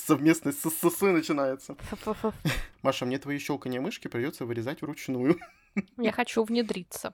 совместной ССС начинается. Маша, мне твои щелканье мышки придется вырезать вручную. Я хочу внедриться.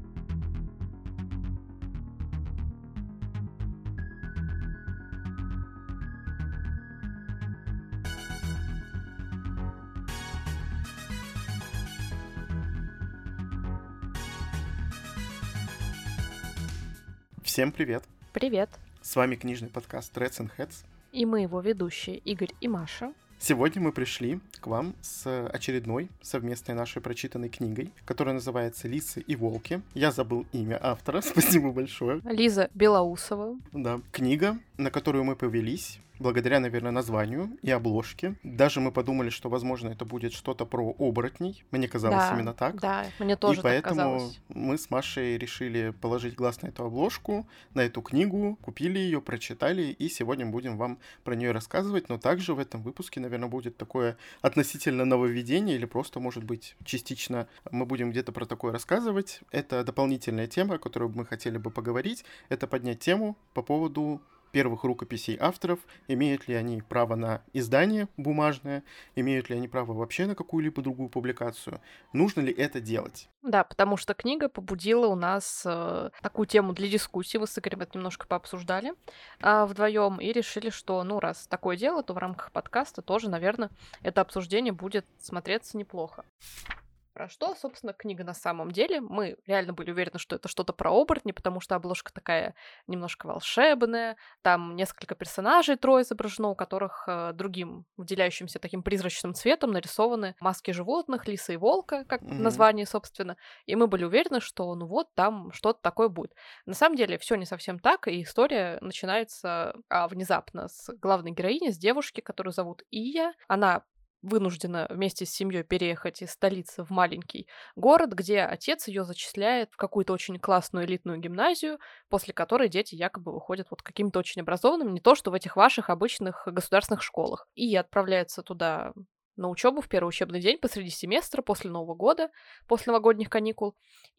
Всем привет! Привет! С вами книжный подкаст Threads and Heads. И мы его ведущие Игорь и Маша. Сегодня мы пришли к вам с очередной совместной нашей прочитанной книгой, которая называется «Лисы и волки». Я забыл имя автора, спасибо большое. Лиза Белоусова. Да, книга, на которую мы повелись, благодаря, наверное, названию и обложке. Даже мы подумали, что, возможно, это будет что-то про оборотней. Мне казалось именно так. Да, мне тоже и так поэтому казалось. мы с Машей решили положить глаз на эту обложку, на эту книгу, купили ее, прочитали, и сегодня будем вам про нее рассказывать. Но также в этом выпуске, наверное, будет такое относительно нововведение, или просто, может быть, частично мы будем где-то про такое рассказывать. Это дополнительная тема, о которой мы хотели бы поговорить. Это поднять тему по поводу первых рукописей авторов, имеют ли они право на издание бумажное, имеют ли они право вообще на какую-либо другую публикацию, нужно ли это делать. Да, потому что книга побудила у нас такую тему для дискуссии. Мы с Игорем это немножко пообсуждали вдвоем и решили, что, раз такое дело, то в рамках подкаста тоже, наверное, это обсуждение будет смотреться неплохо. Про что, собственно, книга на самом деле? Мы реально были уверены, что это что-то про оборотни, потому что обложка такая немножко волшебная, там несколько персонажей, трое изображено, у которых другим, выделяющимся таким призрачным цветом нарисованы маски животных, лиса и волка, как название, собственно, и мы были уверены, что там что-то такое будет. На самом деле все не совсем так, и история начинается внезапно с главной героини, с девушки, которую зовут Ия. Она вынуждена вместе с семьей переехать из столицы в маленький город, где отец ее зачисляет в какую-то очень классную элитную гимназию, после которой дети якобы выходят какими-то очень образованными, не то что в этих ваших обычных государственных школах. И отправляется туда на учебу в первый учебный день посреди семестра, после Нового года, после новогодних каникул,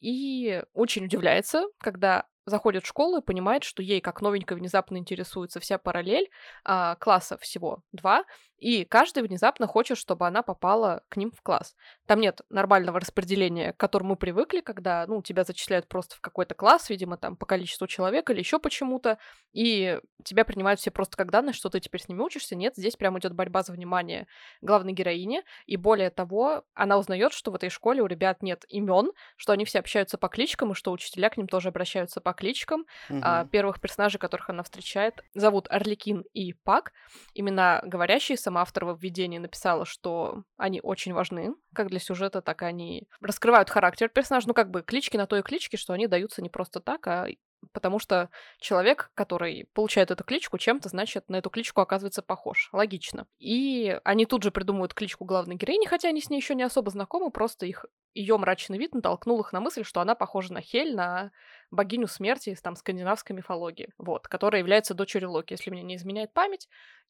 и очень удивляется, когда заходит в школу и понимает, что ей, как новенькой, внезапно интересуется вся параллель, класса всего 2, и каждый внезапно хочет, чтобы она попала к ним в класс. Там нет нормального распределения, к которому мы привыкли, когда, тебя зачисляют просто в какой-то класс, видимо, там по количеству человек или еще почему-то, и тебя принимают все просто как данность, что ты теперь с ними учишься. Нет, здесь прям идет борьба за внимание главной героини, и более того, она узнает, что в этой школе у ребят нет имен, что они все общаются по кличкам, и что учителя к ним тоже обращаются по кличкам. Первых персонажей, которых она встречает, зовут Арлекин и Пак. Имена говорящие, сама автор во введении написала, что они очень важны, как для сюжета, так и они раскрывают характер персонажа. Клички на то и клички, что они даются не просто так, а потому что человек, который получает эту кличку, чем-то, значит, на эту кличку оказывается похож. Логично. И они тут же придумывают кличку главной героини, хотя они с ней еще не особо знакомы, просто ее мрачный вид натолкнул их на мысль, что она похожа на Хель, на богиню смерти из скандинавской мифологии, которая является дочерью Локи, если мне не изменяет память.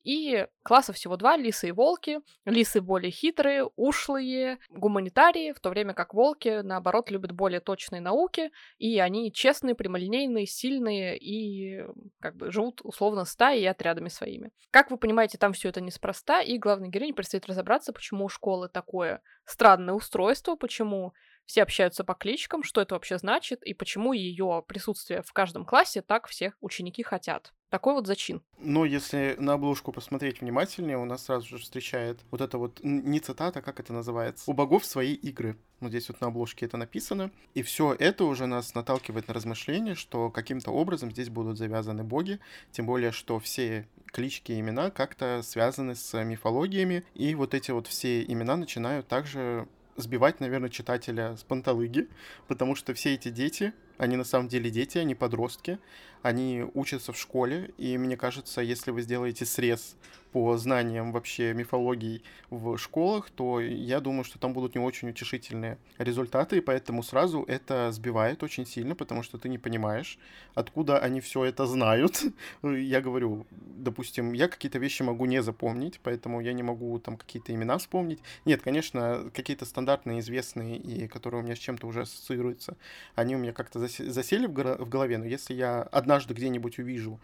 И классов всего 2, лисы и волки. Лисы более хитрые, ушлые, гуманитарии, в то время как волки, наоборот, любят более точные науки, и они честные, прямолинейные, сильные и живут условно стаей и отрядами своими. Как вы понимаете, там все это неспроста, и главной героине предстоит разобраться, почему у школы такое странное устройство, почему все общаются по кличкам, что это вообще значит, и почему ее присутствие в каждом классе так всех ученики хотят. Такой зачин. Но если на обложку посмотреть внимательнее, у нас сразу же встречает это не цитата, как это называется, «У богов свои игры». Здесь на обложке это написано. И все это уже нас наталкивает на размышление, что каким-то образом здесь будут завязаны боги, тем более, что все клички и имена как-то связаны с мифологиями, и эти все имена начинают также сбивать, наверное, читателя с панталыги, потому что все эти дети, они на самом деле дети, они подростки, они учатся в школе, и мне кажется, если вы сделаете срез по знаниям вообще мифологий в школах, то я думаю, что там будут не очень утешительные результаты, и поэтому сразу это сбивает очень сильно, потому что ты не понимаешь, откуда они все это знают. Я говорю, допустим, я какие-то вещи могу не запомнить, поэтому я не могу там какие-то имена вспомнить. Нет, конечно, какие-то стандартные, известные, и которые у меня с чем-то уже ассоциируются, они у меня как-то засели в голове, но если я одна однажды где-нибудь увижу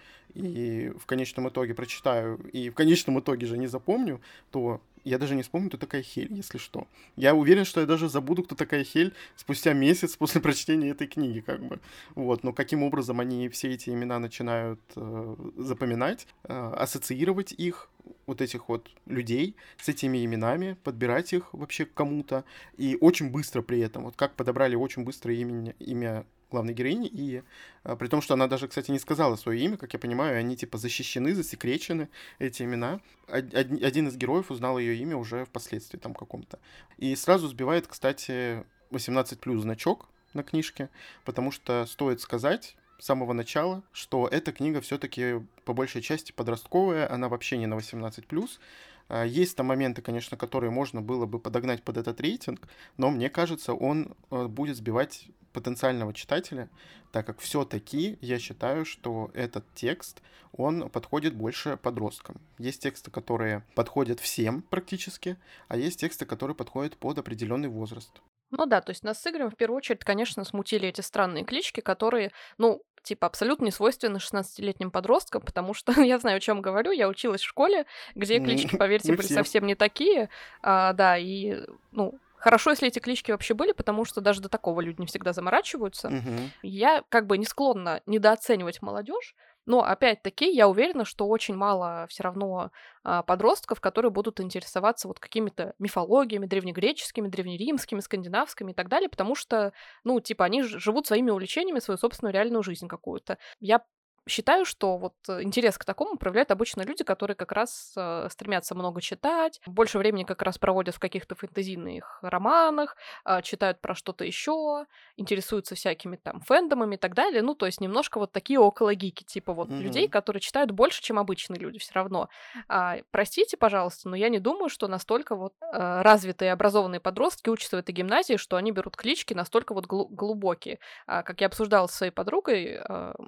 и в конечном итоге прочитаю, и в конечном итоге же не запомню, то я даже не вспомню, кто такая Хель, если что. Я уверен, что я даже забуду, кто такая Хель спустя месяц после прочтения этой книги, как бы. Вот, но каким образом они все эти имена начинают запоминать, ассоциировать их, вот этих вот людей с этими именами, подбирать их вообще к кому-то, и очень быстро при этом, вот как подобрали очень быстро имя главной героини, и при том, что она даже, кстати, не сказала свое имя, как я понимаю, они типа защищены, засекречены, эти имена. Один из героев узнал ее имя уже впоследствии там каком-то. И сразу сбивает, кстати, 18+ значок на книжке, потому что стоит сказать с самого начала, что эта книга все-таки по большей части подростковая, она вообще не на 18+. Есть там моменты, конечно, которые можно было бы подогнать под этот рейтинг, но мне кажется, он будет сбивать потенциального читателя, так как все-таки я считаю, что этот текст, он подходит больше подросткам. Есть тексты, которые подходят всем практически, а есть тексты, которые подходят под определенный возраст. Ну да, то есть нас с Игорем в первую очередь, конечно, смутили эти странные клички, которые, ну, типа, абсолютно не свойственны 16-летним подросткам, потому что я знаю, о чем говорю. Я училась в школе, где клички, поверьте, Мы были все. совсем не такие. Да, и, ну, хорошо, если эти клички вообще были, потому что даже до такого люди не всегда заморачиваются. Мгм. Я как бы не склонна недооценивать молодежь, но опять-таки я уверена, что очень мало все равно подростков, которые будут интересоваться вот какими-то мифологиями, древнегреческими, древнеримскими, скандинавскими и так далее, потому что, ну, типа, они живут своими увлечениями, свою собственную реальную жизнь какую-то. Я считаю, что вот интерес к такому проявляют обычно люди, которые как раз стремятся много читать, больше времени как раз проводят в каких-то фэнтезийных романах, читают про что-то еще, интересуются всякими там фэндомами и так далее. Ну, то есть немножко вот такие около гики, типа вот людей, Мгм. которые читают больше, чем обычные люди все равно. Простите, пожалуйста, но я не думаю, что настолько вот развитые, образованные подростки учатся в этой гимназии, что они берут клички настолько вот глубокие. Как я обсуждала со своей подругой,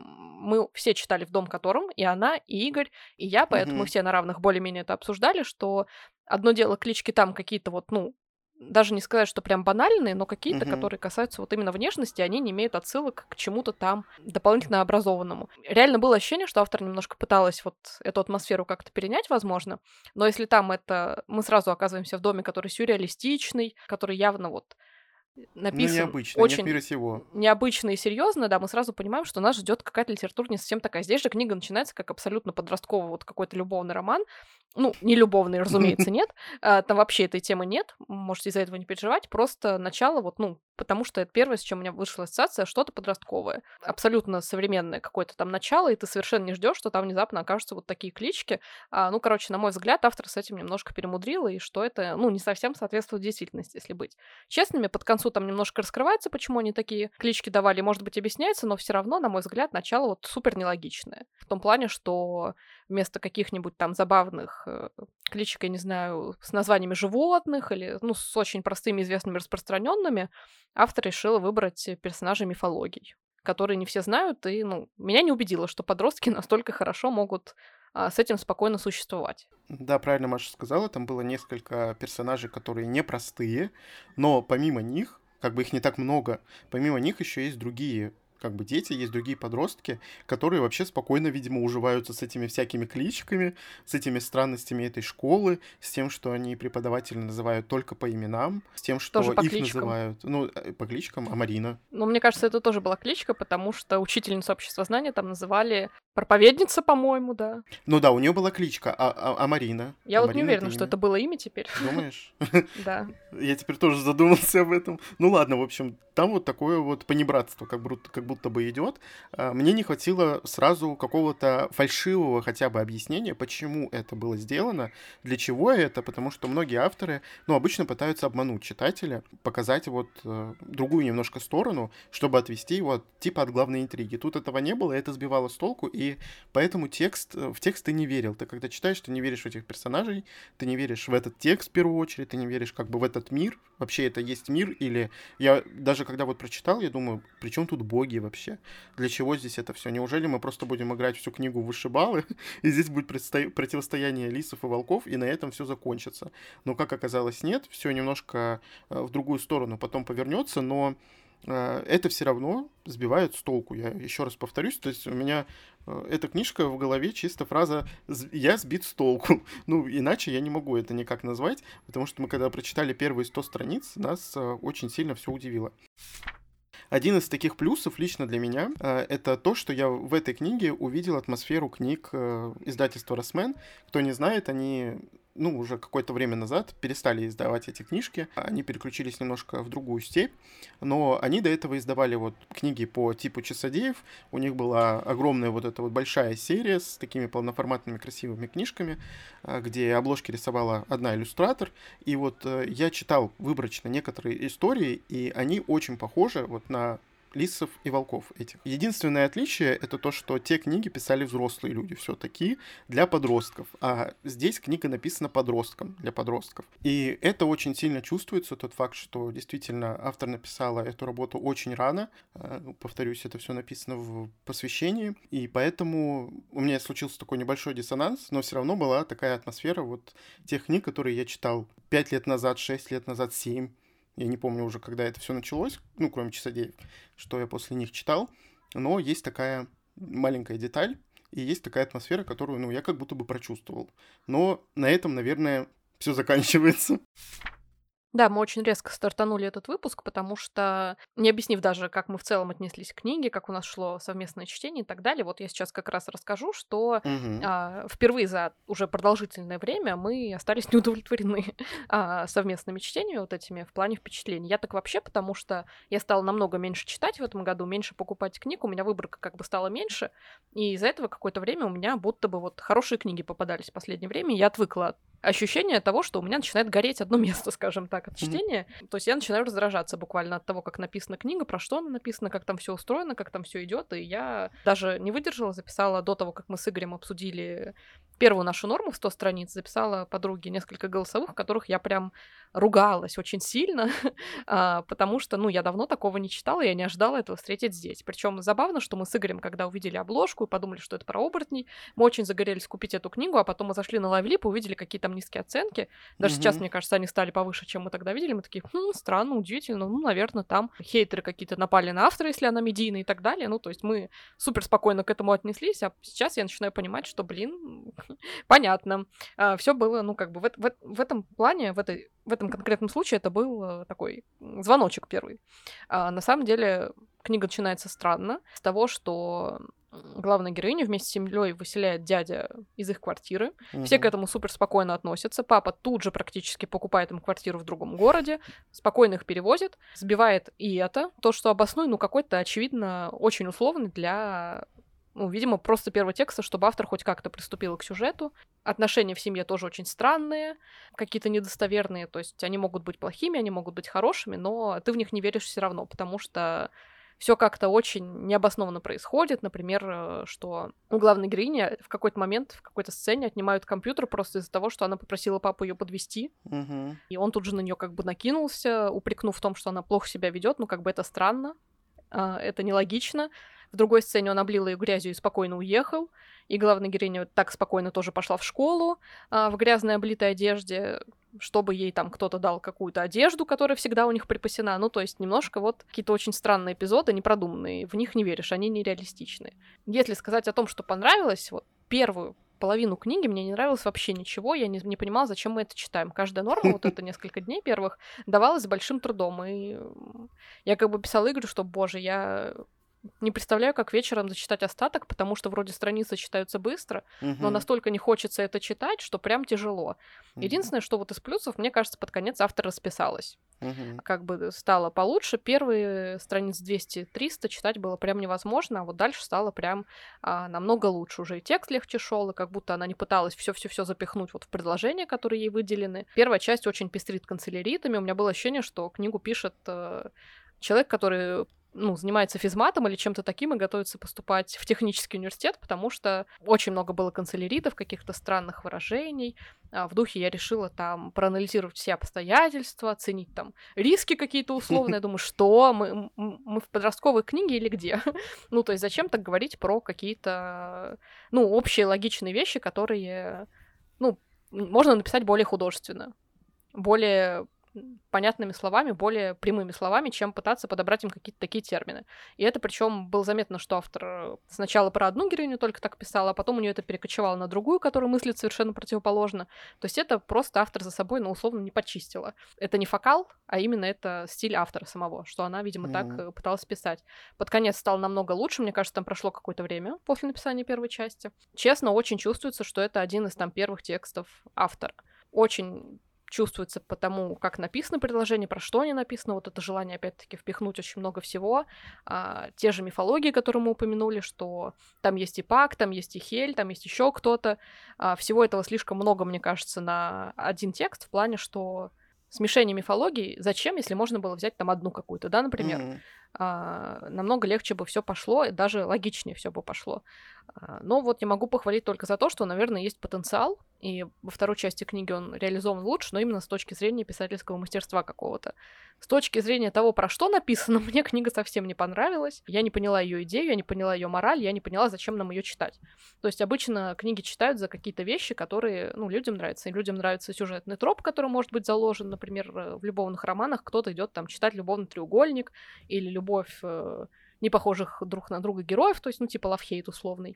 мы все читали «В дом котором», и она, и Игорь, и я, поэтому мы Мгм. все на равных более-менее это обсуждали, что одно дело клички там какие-то вот, ну, даже не сказать, что прям банальные, но какие-то, Мгм. которые касаются вот именно внешности, они не имеют отсылок к чему-то там дополнительно образованному. Реально было ощущение, что автор немножко пыталась вот эту атмосферу как-то перенять, возможно, но если там это... Мы сразу оказываемся в доме, который сюрреалистичный, который явно вот Ну, написан необычно, не от очень мира сего. необычно и серьезно, да, мы сразу понимаем, что нас ждет какая-то литература не совсем такая. Здесь же книга начинается как абсолютно подростковый вот какой-то любовный роман. Ну, не любовный, разумеется, нет. Там вообще этой темы нет. Можете из-за этого не переживать. Просто начало вот, ну, потому что это первое, с чем у меня вышла ассоциация, что-то подростковое. Абсолютно современное какое-то там начало, и ты совершенно не ждешь, что там внезапно окажутся вот такие клички. Ну, короче, на мой взгляд, автор с этим немножко перемудрил, и что это, ну, не совсем соответствует действительности, если быть честными. Под концу там немножко раскрывается, почему они такие клички давали, может быть, объясняется, но все равно, на мой взгляд, начало вот супер нелогичное. В том плане, что вместо каких-нибудь там забавных кличек, я не знаю, с названиями животных или, ну, с очень простыми, известными, распространенными, автор решил выбрать персонажей мифологий, которые не все знают, и, ну, меня не убедило, что подростки настолько хорошо могут с этим спокойно существовать. Да, правильно Маша сказала, там было несколько персонажей, которые непростые, но помимо них, как бы их не так много, помимо них еще есть другие как бы дети, есть другие подростки, которые вообще спокойно, видимо, уживаются с этими всякими кличками, с этими странностями этой школы, с тем, что они преподаватели называют только по именам, с тем, Тоже что по их кличкам. называют, ну, по кличкам, а Марина. Ну, мне кажется, это тоже была кличка, потому что учительницу обществознания там называли проповедница, по-моему, да. Ну да, у нее была кличка, а Марина? Я А вот не Марина это уверена, что имя? это было имя теперь. Думаешь? Да. Я теперь тоже задумался об этом. Ну ладно, в общем, там вот такое вот понебратство как будто бы идет. Мне не хватило сразу какого-то фальшивого хотя бы объяснения, почему это было сделано, для чего это, потому что многие авторы, ну, обычно пытаются обмануть читателя, показать вот другую немножко сторону, чтобы отвести его типа от главной интриги. Тут этого не было, и это сбивало с толку, и поэтому в текст ты не верил. Ты когда читаешь, ты не веришь в этих персонажей, ты не веришь в этот текст в первую очередь, ты не веришь как бы в этот мир, вообще это есть мир, или я даже когда вот прочитал, я думаю, при чем тут боги вообще? Для чего здесь это все? Неужели мы просто будем играть всю книгу в высшие баллы, и здесь будет противостояние лисов и волков, и на этом все закончится? Но как оказалось, нет, все немножко в другую сторону потом повернется, но это все равно сбивает с толку. Я еще раз повторюсь, то есть у меня эта книжка в голове чисто фраза «я сбит с толку». Ну, иначе я не могу это никак назвать, потому что мы когда прочитали первые 100 страниц, нас очень сильно все удивило. Один из таких плюсов лично для меня это то, что я в этой книге увидел атмосферу книг издательства «Росмен». Кто не знает, они уже какое-то время назад перестали издавать эти книжки. Они переключились немножко в другую степь, но они до этого издавали вот книги по типу «Часодеев». У них была огромная вот эта вот большая серия с такими полноформатными красивыми книжками, где обложки рисовала одна иллюстратор. И вот я читал выборочно некоторые истории, и они очень похожи вот на лисов и волков этих. Единственное отличие — это то, что те книги писали взрослые люди все-таки для подростков, а здесь книга написана подросткам, для подростков. И это очень сильно чувствуется, тот факт, что действительно автор написала эту работу очень рано. Повторюсь, это все написано в посвящении, и поэтому у меня случился такой небольшой диссонанс, но все равно была такая атмосфера вот тех книг, которые я читал 5 лет назад, 6 лет назад, 7. Я не помню уже, когда это все началось, кроме «Часодеев», что я после них читал. Но есть такая маленькая деталь, и есть такая атмосфера, которую, я как будто бы прочувствовал. Но на этом, наверное, все заканчивается. Да, мы очень резко стартанули этот выпуск, потому что, не объяснив даже, как мы в целом отнеслись к книге, как у нас шло совместное чтение и так далее, вот я сейчас как раз расскажу, что впервые за уже продолжительное время мы остались неудовлетворены совместными чтениями вот этими в плане впечатлений. Я так вообще, потому что я стала намного меньше читать в этом году, меньше покупать книг, у меня выборка как бы стала меньше, и из-за этого какое-то время у меня будто бы вот хорошие книги попадались в последнее время, и я отвыкла от ощущение того, что у меня начинает гореть одно место, скажем так, от чтения. То есть я начинаю раздражаться буквально от того, как написана книга, про что она написана, как там все устроено, как там все идет. И я даже не выдержала, записала до того, как мы с Игорем обсудили первую нашу норму в 100 страниц, записала подруге несколько голосовых, в которых я прям ругалась очень сильно, потому что, я давно такого не читала, я не ожидала этого встретить здесь. Причем забавно, что мы с Игорем, когда увидели обложку и подумали, что это про оборотней, мы очень загорелись купить эту книгу, а потом мы зашли на Лайвлип и увидели, какие там низкие оценки. Даже сейчас, мне кажется, они стали повыше, чем мы тогда видели. Мы такие, странно, удивительно, наверное, там хейтеры какие-то напали на автора, если она медийная и так далее. То есть мы супер спокойно к этому отнеслись, а сейчас я начинаю понимать, что, понятно. Все было, в этом плане, в этом конкретном случае это был такой звоночек первый. На самом деле книга начинается странно, с того, что главная героиня вместе с семьей выселяет дядя из их квартиры. Все к этому супер спокойно относятся. Папа тут же практически покупает им квартиру в другом городе, спокойно их перевозит, сбивает и это. То, что обоснуй, какой-то, очевидно, очень условный для... видимо, просто первого текста, чтобы автор хоть как-то приступил к сюжету. Отношения в семье тоже очень странные, какие-то недостоверные, то есть они могут быть плохими, они могут быть хорошими, но ты в них не веришь все равно, потому что все как-то очень необоснованно происходит. Например, что у главной героини в какой-то момент, в какой-то сцене отнимают компьютер просто из-за того, что она попросила папу ее подвезти. И он тут же на нее как бы накинулся, упрекнув в том, что она плохо себя ведет. Это странно, это нелогично. В другой сцене он облил ее грязью и спокойно уехал. И главная героиня так спокойно тоже пошла в школу в грязной облитой одежде, чтобы ей там кто-то дал какую-то одежду, которая всегда у них припасена. То есть немножко какие-то очень странные эпизоды, непродуманные. В них не веришь, они нереалистичны. Если сказать о том, что понравилось, первую половину книги мне не нравилось вообще ничего, я не понимала, зачем мы это читаем. Каждая норма, это несколько дней первых, давалась с большим трудом. И я как бы писала Игорю, что, боже, я не представляю, как вечером зачитать остаток, потому что вроде страницы читаются быстро, но настолько не хочется это читать, что прям тяжело. Единственное, что из плюсов, мне кажется, под конец автор расписалась. Как бы стало получше. Первые страниц 200-300 читать было прям невозможно, а дальше стало прям намного лучше. Уже и текст легче шел, и как будто она не пыталась все-все-все запихнуть в предложения, которые ей выделены. Первая часть очень пестрит канцеляритами. У меня было ощущение, что книгу пишет человек, который занимается физматом или чем-то таким и готовится поступать в технический университет, потому что очень много было канцеляритов, каких-то странных выражений. В духе я решила там проанализировать все обстоятельства, оценить там риски какие-то условные. Я думаю, что мы в подростковой книге или где? То есть зачем так говорить про какие-то, общие логичные вещи, которые, можно написать более художественно, более понятными словами, более прямыми словами, чем пытаться подобрать им какие-то такие термины. И это причем было заметно, что автор сначала про одну героиню только так писал, а потом у нее это перекочевало на другую, которая мыслит совершенно противоположно. То есть это просто автор за собой, ну, условно, не почистила. Это не фокал, а именно это стиль автора самого, что она, видимо, так пыталась писать. Под конец стало намного лучше, мне кажется, там прошло какое-то время после написания первой части. Честно, очень чувствуется, что это один из там первых текстов автора. Очень чувствуется по тому, как написано предложение, про что они написаны, вот это желание, опять-таки, впихнуть очень много всего. Те же мифологии, которые мы упомянули, что там есть и Пак, там есть и Хель, там есть еще кто-то. Всего этого слишком много, мне кажется, на один текст, в плане, что смешение мифологий зачем, если можно было взять там одну какую-то, да, например. Намного легче бы все пошло, и даже логичнее все бы пошло. Но вот я могу похвалить только за то, что, наверное, есть потенциал, и во второй части книги он реализован лучше, но именно с точки зрения писательского мастерства какого-то. С точки зрения того, про что написано, мне книга совсем не понравилась. Я не поняла ее идею, я не поняла ее мораль, я не поняла, зачем нам ее читать. То есть обычно книги читают за какие-то вещи, которые, ну, людям нравятся. И людям нравится сюжетный троп, который может быть заложен, например, в любовных романах. Кто-то идет там читать любовный треугольник или любовь не похожих друг на друга героев, то есть, ну, типа лав-хейт условный.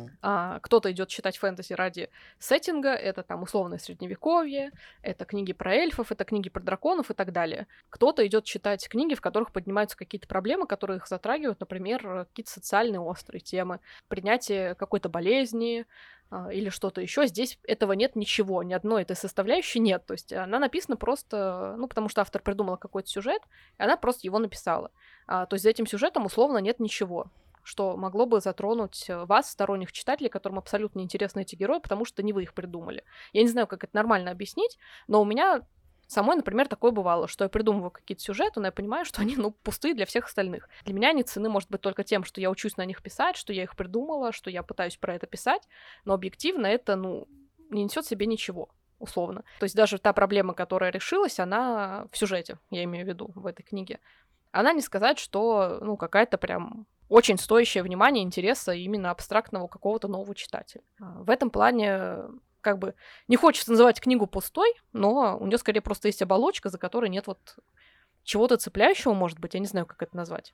Кто-то идет читать фэнтези ради сеттинга, это там условное средневековье, это книги про эльфов, это книги про драконов и так далее. Кто-то идет читать книги, в которых поднимаются какие-то проблемы, которые их затрагивают, например, какие-то социальные острые темы, принятие какой-то болезни, или что-то еще. Здесь этого нет ничего, ни одной этой составляющей нет. То есть она написана просто, ну, потому что автор придумал какой-то сюжет, и она просто его написала. То есть за этим сюжетом условно нет ничего, что могло бы затронуть вас, сторонних читателей, которым абсолютно неинтересны эти герои, потому что не вы их придумали. Я не знаю, как это нормально объяснить, но у меня самой, например, такое бывало, что я придумываю какие-то сюжеты, но я понимаю, что они, ну, пустые для всех остальных. Для меня они ценны, может быть, только тем, что я учусь на них писать, что я их придумала, что я пытаюсь про это писать, но объективно это, ну, не несет в себе ничего, условно. То есть даже та проблема, которая решилась, она в сюжете, я имею в виду, в этой книге. Она не сказать, что, ну, какая-то прям очень стоящее внимания, интереса именно абстрактного какого-то нового читателя. В этом плане как бы не хочется называть книгу пустой, но у нее скорее просто есть оболочка, за которой нет вот чего-то цепляющего, может быть, я не знаю, как это назвать.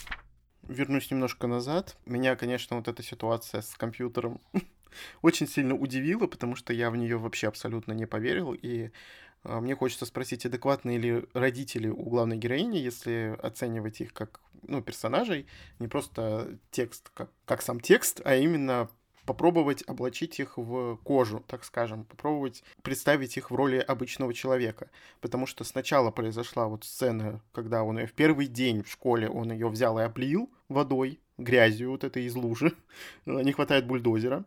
Вернусь немножко назад. Меня, конечно, вот эта ситуация с компьютером очень сильно удивила, потому что я в нее вообще абсолютно не поверил, и мне хочется спросить, адекватные ли родители у главной героини, если оценивать их как, ну, персонажей, не просто текст, как сам текст, а именно попробовать облачить их в кожу, так скажем, попробовать представить их в роли обычного человека. Потому что сначала произошла вот сцена, когда он ее в первый день в школе, он ее взял и облил водой, грязью вот этой из лужи, не хватает бульдозера.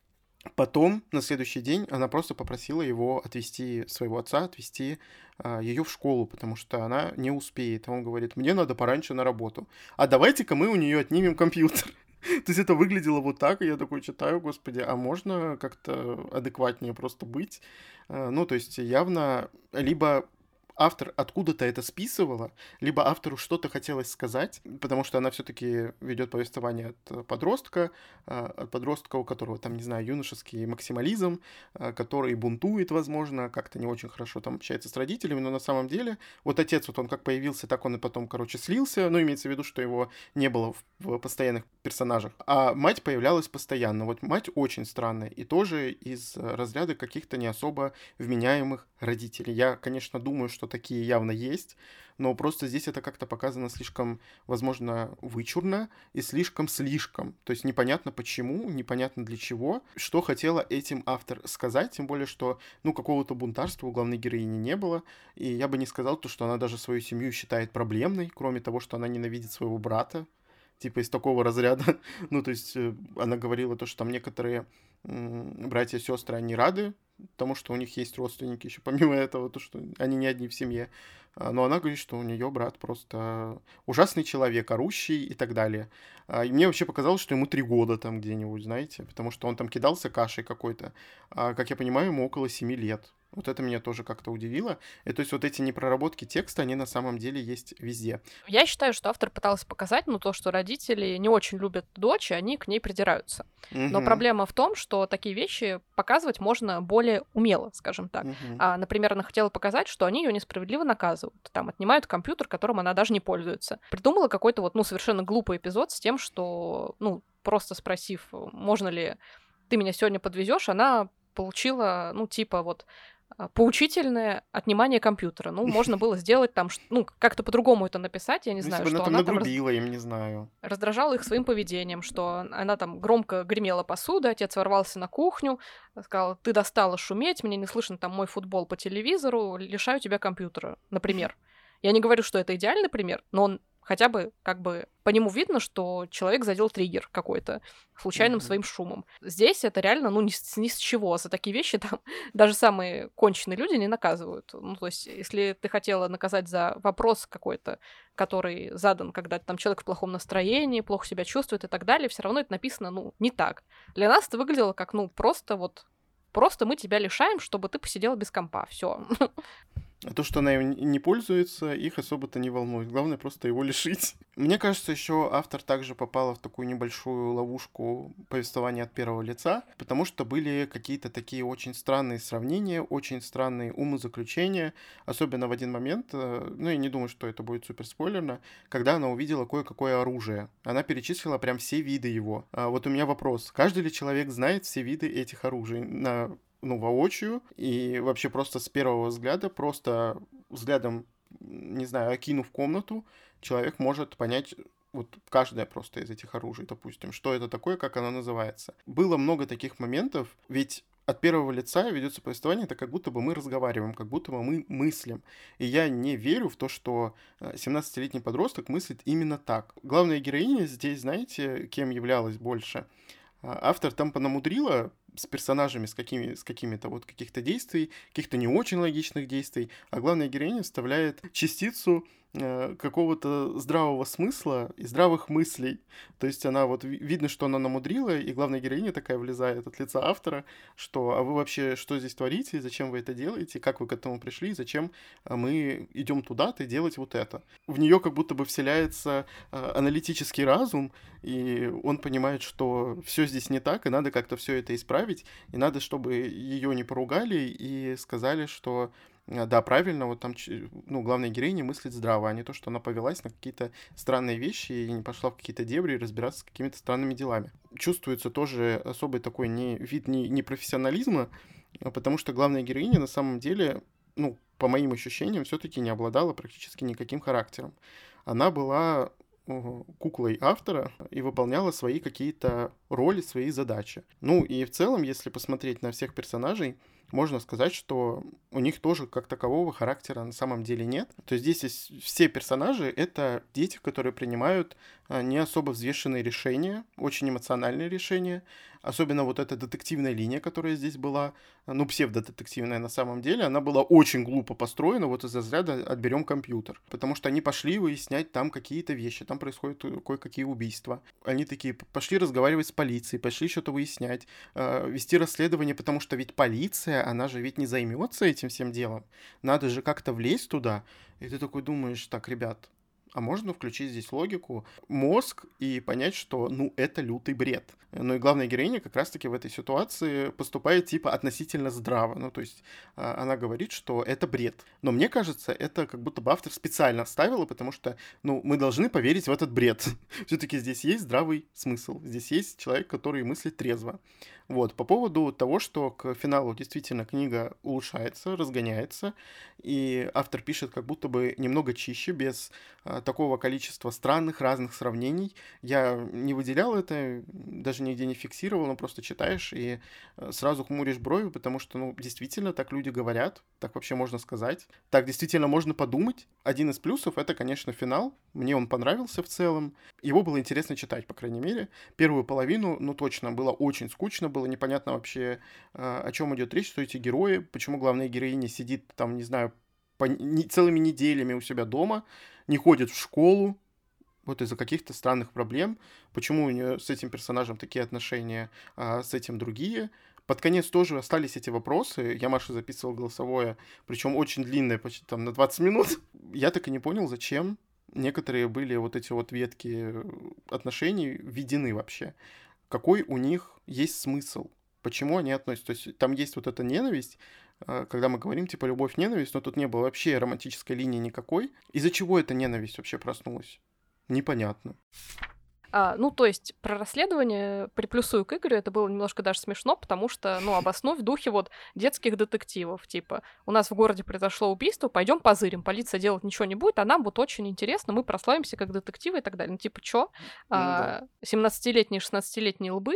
Потом, на следующий день, она просто попросила его отвезти, своего отца, отвезти ее в школу, потому что она не успеет. Он говорит, мне надо пораньше на работу. А давайте-ка мы у нее отнимем компьютер. То есть это выглядело вот так, и я такой читаю, господи, а можно как-то адекватнее просто быть? Ну, то есть явно либо автор откуда-то это списывала, либо автору что-то хотелось сказать, потому что она все-таки ведет повествование от подростка, у которого там, не знаю, юношеский максимализм, который бунтует, возможно, как-то не очень хорошо там общается с родителями, но на самом деле вот отец, вот он как появился, так он и потом, короче, слился, ну, имеется в виду, что его не было в постоянных персонажах, а мать появлялась постоянно. Вот мать очень странная, и тоже из разряда каких-то не особо вменяемых родителей. Я, конечно, думаю, что такие явно есть, но просто здесь это как-то показано слишком, возможно, вычурно и слишком. То есть непонятно почему, непонятно для чего, что хотела этим автор сказать, тем более, что, ну, какого-то бунтарства у главной героини не было, и я бы не сказал то, что она даже свою семью считает проблемной, кроме того, что она ненавидит своего брата, типа из такого разряда. Ну, то есть она говорила то, что там некоторые братья и сестры, они рады тому, что у них есть родственники еще, помимо этого, то, что они не одни в семье. Но она говорит, что у нее брат просто ужасный человек, орущий и так далее. И мне вообще показалось, что ему 3 года там где-нибудь, знаете, потому что он там кидался кашей какой-то. А, как я понимаю, ему около 7 лет. Вот это меня тоже как-то удивило. И то есть вот эти непроработки текста, они на самом деле есть везде. Я считаю, что автор пытался показать, ну, то, что родители не очень любят дочь, и они к ней придираются. Но Мгм. проблема в том, что такие вещи показывать можно более умело, скажем так. Мгм. Например, она хотела показать, что они ее несправедливо наказывают. Там отнимают компьютер, которым она даже не пользуется. Придумала какой-то вот, ну, совершенно глупый эпизод с тем, что, ну, просто спросив, можно ли ты меня сегодня подвезешь, она получила, ну, типа вот поучительное отнимание компьютера. Ну, можно было сделать там, ну, как-то по-другому это написать, я не Ну, если знаю, бы она что там она там нагрубила им, не знаю. раздражала их своим поведением, что она там громко гремела посуда, отец ворвался на кухню, сказал, ты достала шуметь, мне не слышно там мой футбол по телевизору, лишаю тебя компьютера, например. Я не говорю, что это идеальный пример, но он хотя бы как бы по нему видно, что человек задел триггер какой-то случайным Мгм. своим шумом. Здесь это реально, ну, ни с чего. За такие вещи там даже самые конченые люди не наказывают. Ну, то есть, если ты хотела наказать за вопрос какой-то, который задан, когда там человек в плохом настроении, плохо себя чувствует и так далее, все равно это написано, ну, не так. Для нас это выглядело как, ну, просто вот, просто мы тебя лишаем, чтобы ты посидела без компа. Все. А то, что она им не пользуется, их особо-то не волнует. Главное просто его лишить. Мне кажется, еще автор также попала в такую небольшую ловушку повествования от первого лица, потому что были какие-то такие очень странные сравнения, очень странные умозаключения, особенно в один момент, ну, я не думаю, что это будет супер спойлерно, когда она увидела кое-какое оружие. Она перечислила прям все виды его. Вот у меня вопрос. Каждый ли человек знает все виды этих оружий на воочию, и вообще просто с первого взгляда, просто взглядом, не знаю, окинув комнату, человек может понять вот каждое просто из этих оружий, допустим, что это такое, как оно называется. Было много таких моментов, ведь от первого лица ведется повествование, это как будто бы мы разговариваем, как будто бы мы мыслим. И я не верю в то, что 17-летний подросток мыслит именно так. Главная героиня здесь, знаете, кем являлась больше? Автор там понамудрила с персонажами, с какими-то вот каких-то действий, каких-то не очень логичных действий, а главная героиня вставляет частицу какого-то здравого смысла и здравых мыслей. То есть она вот видно, что она намудрила, и главная героиня такая влезает от лица автора, что а вы вообще что здесь творите, зачем вы это делаете, как вы к этому пришли, зачем мы идем туда-то делать вот это. В нее как будто бы вселяется аналитический разум, и он понимает, что все здесь не так, и надо как-то все это исправить, и надо, чтобы ее не поругали и сказали, что да, правильно, вот там, ну, главная героиня мыслит здраво, а не то, что она повелась на какие-то странные вещи и не пошла в какие-то дебри разбираться с какими-то странными делами. Чувствуется тоже особый такой вид непрофессионализма, потому что главная героиня на самом деле, ну, по моим ощущениям, все-таки не обладала практически никаким характером. Она была куклой автора и выполняла свои какие-то роли, свои задачи. Ну и в целом, если посмотреть на всех персонажей, можно сказать, что у них тоже как такового характера на самом деле нет. То есть здесь есть все персонажи — это дети, которые принимают не особо взвешенные решения, очень эмоциональные решения. Особенно вот эта детективная линия, которая здесь была, ну, псевдодетективная на самом деле, она была очень глупо построена, вот из разряда «отберем компьютер». Потому что они пошли выяснять там какие-то вещи, там происходят кое-какие убийства. Они такие пошли разговаривать с полицией, пошли что-то выяснять, вести расследование, потому что ведь полиция, она же ведь не займется этим всем делом. Надо же как-то влезть туда. И ты такой думаешь, так, ребят, а можно включить здесь логику, мозг и понять, что, ну, это лютый бред. Ну и главная героиня как раз-таки в этой ситуации поступает типа относительно здраво. Ну, то есть она говорит, что это бред. Но мне кажется, это как будто бы автор специально вставила, потому что, ну, мы должны поверить в этот бред. Все-таки здесь есть здравый смысл. Здесь есть человек, который мыслит трезво. Вот, по поводу того, что к финалу действительно книга улучшается, разгоняется, и автор пишет как будто бы немного чище, без такого количества странных разных сравнений. Я не выделял это, даже нигде не фиксировал, но просто читаешь и сразу хмуришь брови, потому что, ну, действительно, так люди говорят, так вообще можно сказать, так действительно можно подумать. Один из плюсов — это, конечно, финал. Мне он понравился в целом. Его было интересно читать, по крайней мере. Первую половину, ну, точно, было очень скучно, было непонятно вообще, о чем идет речь, что эти герои, почему главная героиня сидит там, не знаю, целыми неделями у себя дома, не ходит в школу, вот из-за каких-то странных проблем, почему у нее с этим персонажем такие отношения, а с этим другие, Под конец тоже остались эти вопросы. Я Маше записывал голосовое, причем очень длинное, почти там на 20 минут. Я так и не понял, зачем некоторые были вот эти вот ветки отношений введены вообще. Какой у них есть смысл? Почему они относятся? То есть там есть вот эта ненависть, когда мы говорим, типа, любовь-ненависть, но тут не было вообще романтической линии никакой. Из-за чего эта ненависть вообще проснулась? Непонятно. Ну, то есть про расследование приплюсую к Игорю, это было немножко даже смешно, потому что, ну, обоснуй в духе вот детских детективов, типа, у нас в городе произошло убийство, пойдем позырим, полиция делать ничего не будет, а нам будет очень интересно, мы прославимся как детективы и так далее. Ну, типа, чё? 17-летние, 16-летние лбы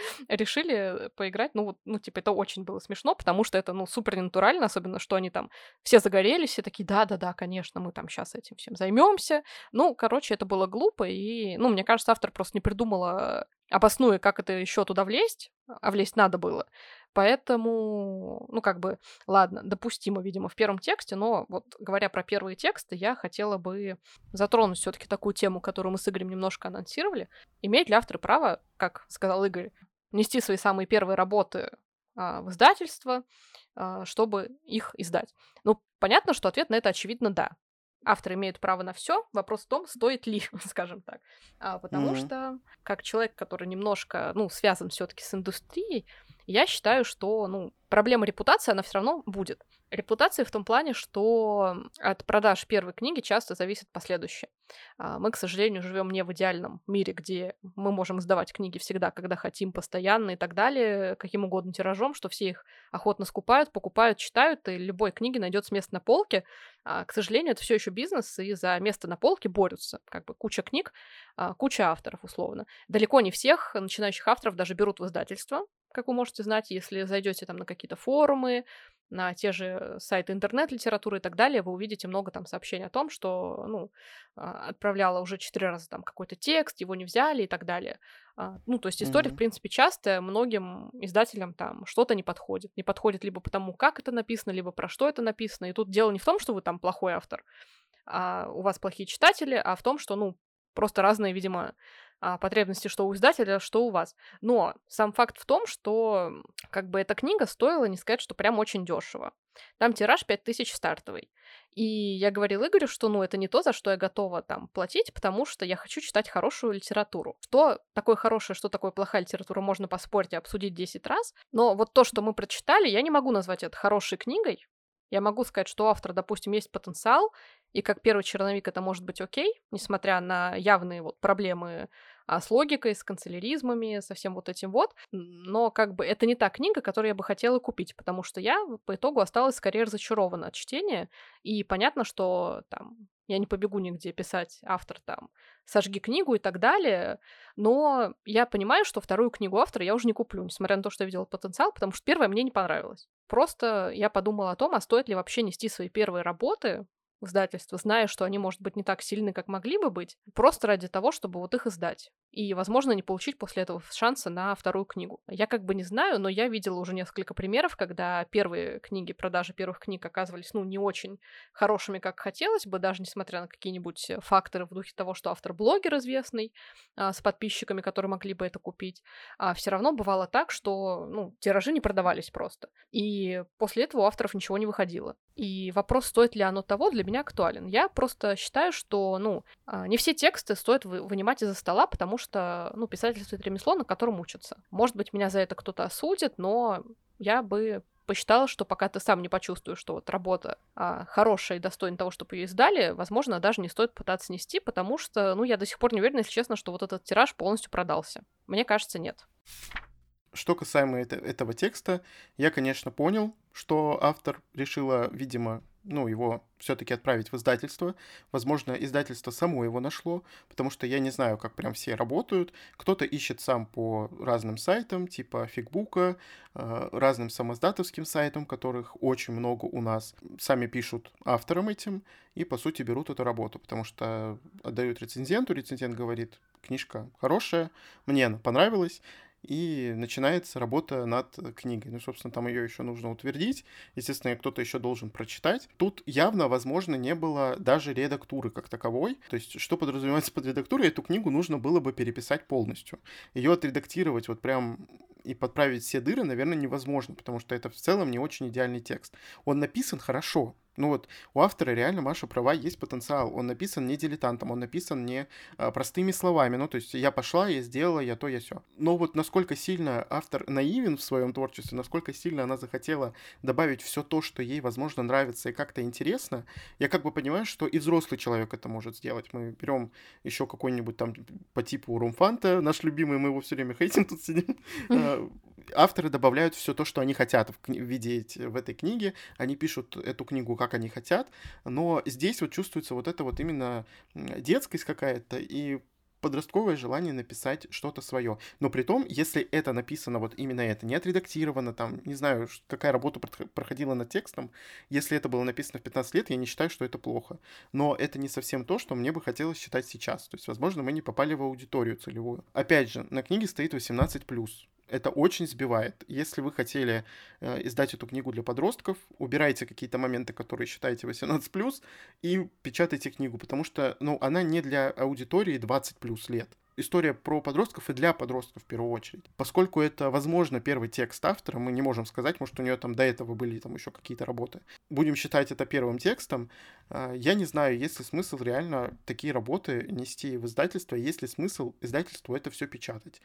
решили поиграть, ну, вот, ну, типа, это очень было смешно, потому что это, ну, супер ненатурально, особенно, что они там все загорелись, все такие, да-да-да, конечно, мы там сейчас этим всем займемся. Ну, короче, это было глупо, и, ну, мне кажется, автор просто не придумала, обоснуя, как это еще туда влезть, а влезть надо было. Поэтому, ну, как бы, ладно, допустимо, видимо, в первом тексте, но вот говоря про первые тексты, я хотела бы затронуть все-таки такую тему, которую мы с Игорем немножко анонсировали. Имеет ли автор право, как сказал Игорь, нести свои самые первые работы в издательство, чтобы их издать? Ну, понятно, что ответ на это, очевидно, да. Автор имеет право на все. Вопрос в том, стоит ли, скажем так. Потому что, как человек, который немножко, ну, связан все-таки с индустрией, я считаю, что, ну, проблема репутации, она все равно будет. Репутация в том плане, что от продаж первой книги часто зависит последующее. Мы, к сожалению, живем не в идеальном мире, где мы можем издавать книги всегда, когда хотим, постоянно и так далее, каким угодно тиражом, что все их охотно скупают, покупают, читают, и любой книге найдется место на полке. К сожалению, это все еще бизнес, и за место на полке борются. Как бы куча книг, куча авторов, условно. Далеко не всех начинающих авторов даже берут в издательство, как вы можете знать, если зайдете там на какие-то форумы, на те же сайты интернет-литературы и так далее, вы увидите много там сообщений о том, что, ну, отправляла уже 4 раза там какой-то текст, его не взяли и так далее. Ну, то есть история, в принципе, часто многим издателям там что-то не подходит. Не подходит либо потому, как это написано, либо про что это написано. И тут дело не в том, что вы там плохой автор, у вас плохие читатели, а в том, что, ну, просто разные, видимо, потребности, что у издателя, что у вас. Но сам факт в том, что как бы эта книга стоила, не сказать, что прям очень дешево. Там тираж 5000 стартовый. И я говорила Игорю, что, ну, это не то, за что я готова там платить, потому что я хочу читать хорошую литературу. Что такое хорошее, что такое плохая литература, можно поспорить и обсудить 10 раз. Но вот то, что мы прочитали, я не могу назвать это хорошей книгой. Я могу сказать, что у автора, допустим, есть потенциал, и как первый черновик это может быть окей, несмотря на явные вот проблемы с логикой, с канцеляризмами, со всем вот этим вот. Но как бы это не та книга, которую я бы хотела купить, потому что я по итогу осталась скорее разочарована от чтения. И понятно, что там я не побегу нигде писать автор там «сожги книгу» и так далее, но я понимаю, что вторую книгу автора я уже не куплю, несмотря на то, что я видела потенциал, потому что первая мне не понравилась. Просто я подумала о том, а стоит ли вообще нести свои первые работы в издательство, зная, что они, может быть, не так сильны, как могли бы быть, просто ради того, чтобы вот их издать. И, возможно, не получить после этого шанса на вторую книгу. Я как бы не знаю, но я видела уже несколько примеров, когда первые книги, продажи первых книг оказывались, ну, не очень хорошими, как хотелось бы, даже несмотря на какие-нибудь факторы в духе того, что автор блогер известный, с подписчиками, которые могли бы это купить. Все равно бывало так, что, ну, тиражи не продавались просто. И после этого у авторов ничего не выходило. И вопрос, стоит ли оно того, для меня актуален. Я просто считаю, что, ну, не все тексты стоит вынимать из-за стола, потому что, ну, писательство — это ремесло, на котором учатся. Может быть, меня за это кто-то осудит, но я бы посчитала, что пока ты сам не почувствуешь, что вот работа хорошая и достойна того, чтобы ее издали, возможно, даже не стоит пытаться нести, потому что, ну, я до сих пор не уверена, если честно, что вот этот тираж полностью продался. Мне кажется, нет. Что касаемо этого текста, я, конечно, понял, что автор решила, видимо, ну, его все-таки отправить в издательство. Возможно, издательство само его нашло, потому что я не знаю, как прям все работают. Кто-то ищет сам по разным сайтам, типа Фигбука, разным самоиздатовским сайтам, которых очень много у нас. Сами пишут авторам этим и, по сути, берут эту работу, потому что отдают рецензенту, рецензент говорит, книжка хорошая, мне она понравилась, и начинается работа над книгой. Ну, собственно, там ее еще нужно утвердить. Естественно, кто-то еще должен прочитать. Тут явно, возможно, не было даже редактуры как таковой. То есть, что подразумевается под редактурой, эту книгу нужно было бы переписать полностью. Ее отредактировать вот прям и подправить все дыры, наверное, невозможно, потому что это в целом не очень идеальный текст. Он написан хорошо. Ну вот, у автора реально, Маша права, есть потенциал. Он написан не дилетантом, он написан не простыми словами. Ну, то есть я пошла, я сделала, я то, я сё. Но вот насколько сильно автор наивен в своем творчестве, насколько сильно она захотела добавить все то, что ей, возможно, нравится и как-то интересно, я как бы понимаю, что и взрослый человек это может сделать. Мы берем еще какой-нибудь там по типу Румфанта, наш любимый, мы его все время хейтим, тут сидим. Авторы добавляют все то, что они хотят видеть в этой книге. Они пишут эту книгу, как они хотят. Но здесь вот чувствуется вот это вот именно детскость какая-то и подростковое желание написать что-то свое. Но при том, если это написано вот именно это, не отредактировано, там, не знаю, какая работа проходила над текстом, если это было написано в 15 лет, я не считаю, что это плохо. Но это не совсем то, что мне бы хотелось читать сейчас. То есть, возможно, мы не попали в аудиторию целевую. Опять же, на книге стоит 18+. Это очень сбивает. Если вы хотели издать эту книгу для подростков, убирайте какие-то моменты, которые считаете 18+, и печатайте книгу, потому что, ну, она не для аудитории 20+ лет. История про подростков и для подростков в первую очередь. Поскольку это, возможно, первый текст автора, мы не можем сказать, может, у нее там до этого были там еще какие-то работы. Будем считать это первым текстом. Я не знаю, есть ли смысл реально такие работы нести в издательство, есть ли смысл издательству это все печатать.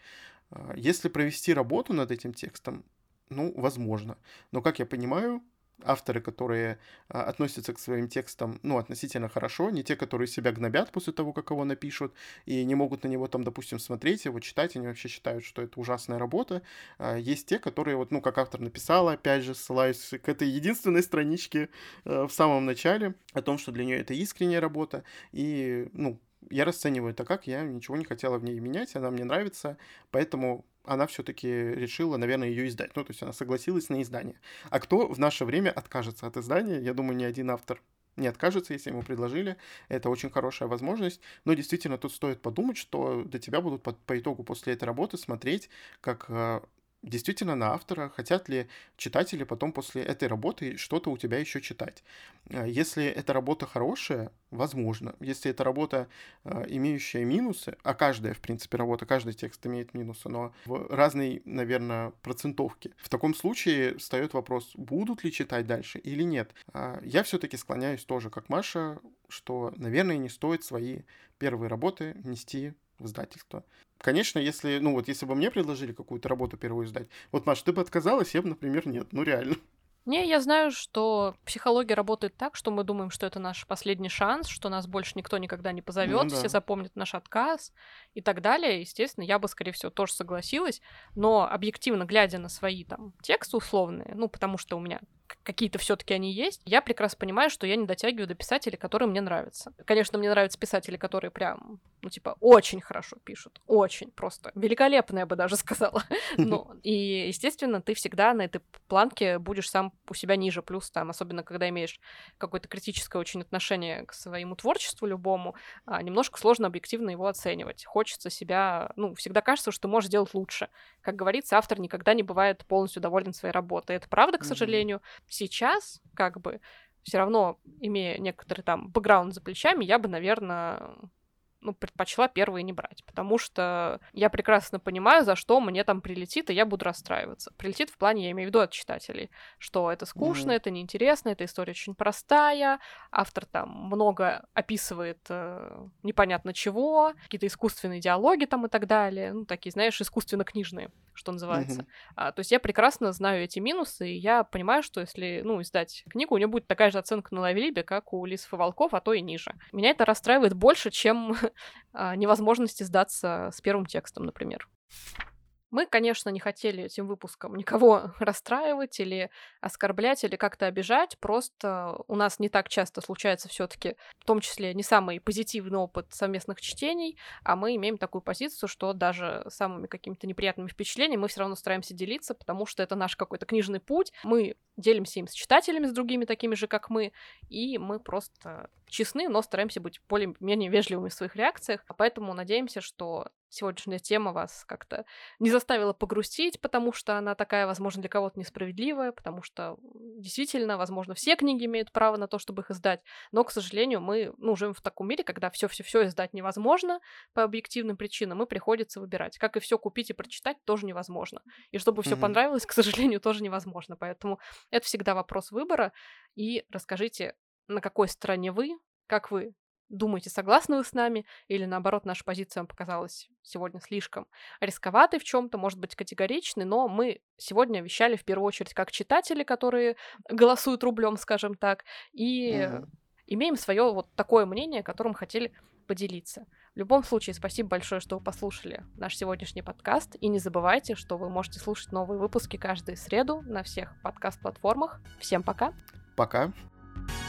Если провести работу над этим текстом, ну, возможно. Но, как я понимаю, авторы, которые относятся к своим текстам, ну, относительно хорошо, не те, которые себя гнобят после того, как его напишут, и не могут на него там, допустим, смотреть, его читать, они вообще считают, что это ужасная работа. Есть те, которые, вот, ну, как автор написала, опять же, ссылаюсь к этой единственной страничке в самом начале, о том, что для нее это искренняя работа, и, ну, я расцениваю это как, я ничего не хотела в ней менять, она мне нравится, поэтому она все-таки решила, наверное, ее издать. Ну, то есть она согласилась на издание. А кто в наше время откажется от издания? Я думаю, ни один автор не откажется, если ему предложили. Это очень хорошая возможность. Но действительно, тут стоит подумать, что до тебя будут по итогу после этой работы смотреть как действительно на автора, хотят ли читатели потом после этой работы что-то у тебя еще читать. Если эта работа хорошая, возможно. Если эта работа, имеющая минусы, а каждая, в принципе, работа, каждый текст имеет минусы, но в разной, наверное, процентовке. В таком случае встает вопрос, будут ли читать дальше или нет. Я все-таки склоняюсь тоже, как Маша, что, наверное, не стоит свои первые работы нести в издательство. Конечно, если, ну вот, если бы мне предложили какую-то работу первую издать, вот, Маш, ты бы отказалась, я бы, например, нет, ну реально. Не, я знаю, что психология работает так, что мы думаем, что это наш последний шанс, что нас больше никто никогда не Ну позовет, все да. запомнят наш отказ и так далее. Естественно, я бы, скорее всего, тоже согласилась, но объективно глядя на свои там тексты условные, ну, потому что у меня какие-то все-таки они есть, я прекрасно понимаю, что я не дотягиваю до писателей, которые мне нравятся. Конечно, мне нравятся писатели, которые прям, ну, типа, очень хорошо пишут, очень просто, великолепно, я бы даже сказала. Ну, и, естественно, ты всегда на этой планке будешь сам у себя ниже, плюс там, особенно когда имеешь какое-то критическое очень отношение к своему творчеству любому, немножко сложно объективно его оценивать. Хочется себя, ну, всегда кажется, что ты можешь сделать лучше. Как говорится, автор никогда не бывает полностью доволен своей работой. Это правда, к сожалению. Сейчас, как бы, все равно, имея некоторый там бэкграунд за плечами, я бы, наверное, ну, предпочла первые не брать, потому что я прекрасно понимаю, за что мне там прилетит, и я буду расстраиваться. Прилетит в плане, я имею в виду, от читателей, что это скучно, это неинтересно, эта история очень простая, автор там много описывает непонятно чего, какие-то искусственные диалоги там и так далее, ну, такие, знаешь, искусственно-книжные, что называется. То есть я прекрасно знаю эти минусы, и я понимаю, что если, ну, издать книгу, у нее будет такая же оценка на Лавелибе, как у Лисов и Волков, а то и ниже. Меня это расстраивает больше, чем невозможности сдаться с первым текстом, например. Мы, конечно, не хотели этим выпуском никого расстраивать или оскорблять, или как-то обижать, просто у нас не так часто случается все-таки, в том числе не самый позитивный опыт совместных чтений, а мы имеем такую позицию, что даже самыми какими-то неприятными впечатлениями мы все равно стараемся делиться, потому что это наш какой-то книжный путь, мы делимся им с читателями, с другими такими же, как мы, и мы просто честны, но стараемся быть более-менее вежливыми в своих реакциях. Поэтому надеемся, что сегодняшняя тема вас как-то не заставила погрустить, потому что она такая, возможно, для кого-то несправедливая, потому что действительно, возможно, все книги имеют право на то, чтобы их издать, но, к сожалению, мы живем в таком мире, когда все-все-все издать невозможно по объективным причинам, и приходится выбирать. Как и все купить и прочитать тоже невозможно. И чтобы все понравилось, к сожалению, тоже невозможно. Поэтому это всегда вопрос выбора. И расскажите, на какой стороне вы, как вы думаете, согласны вы с нами, или наоборот, наша позиция вам показалась сегодня слишком рисковатой в чем-то, может быть, категоричной, но мы сегодня вещали в первую очередь как читатели, которые голосуют рублем, скажем так, и имеем свое вот такое мнение, которым хотели поделиться. В любом случае, спасибо большое, что вы послушали наш сегодняшний подкаст, и не забывайте, что вы можете слушать новые выпуски каждую среду на всех подкаст-платформах. Всем пока! Пока!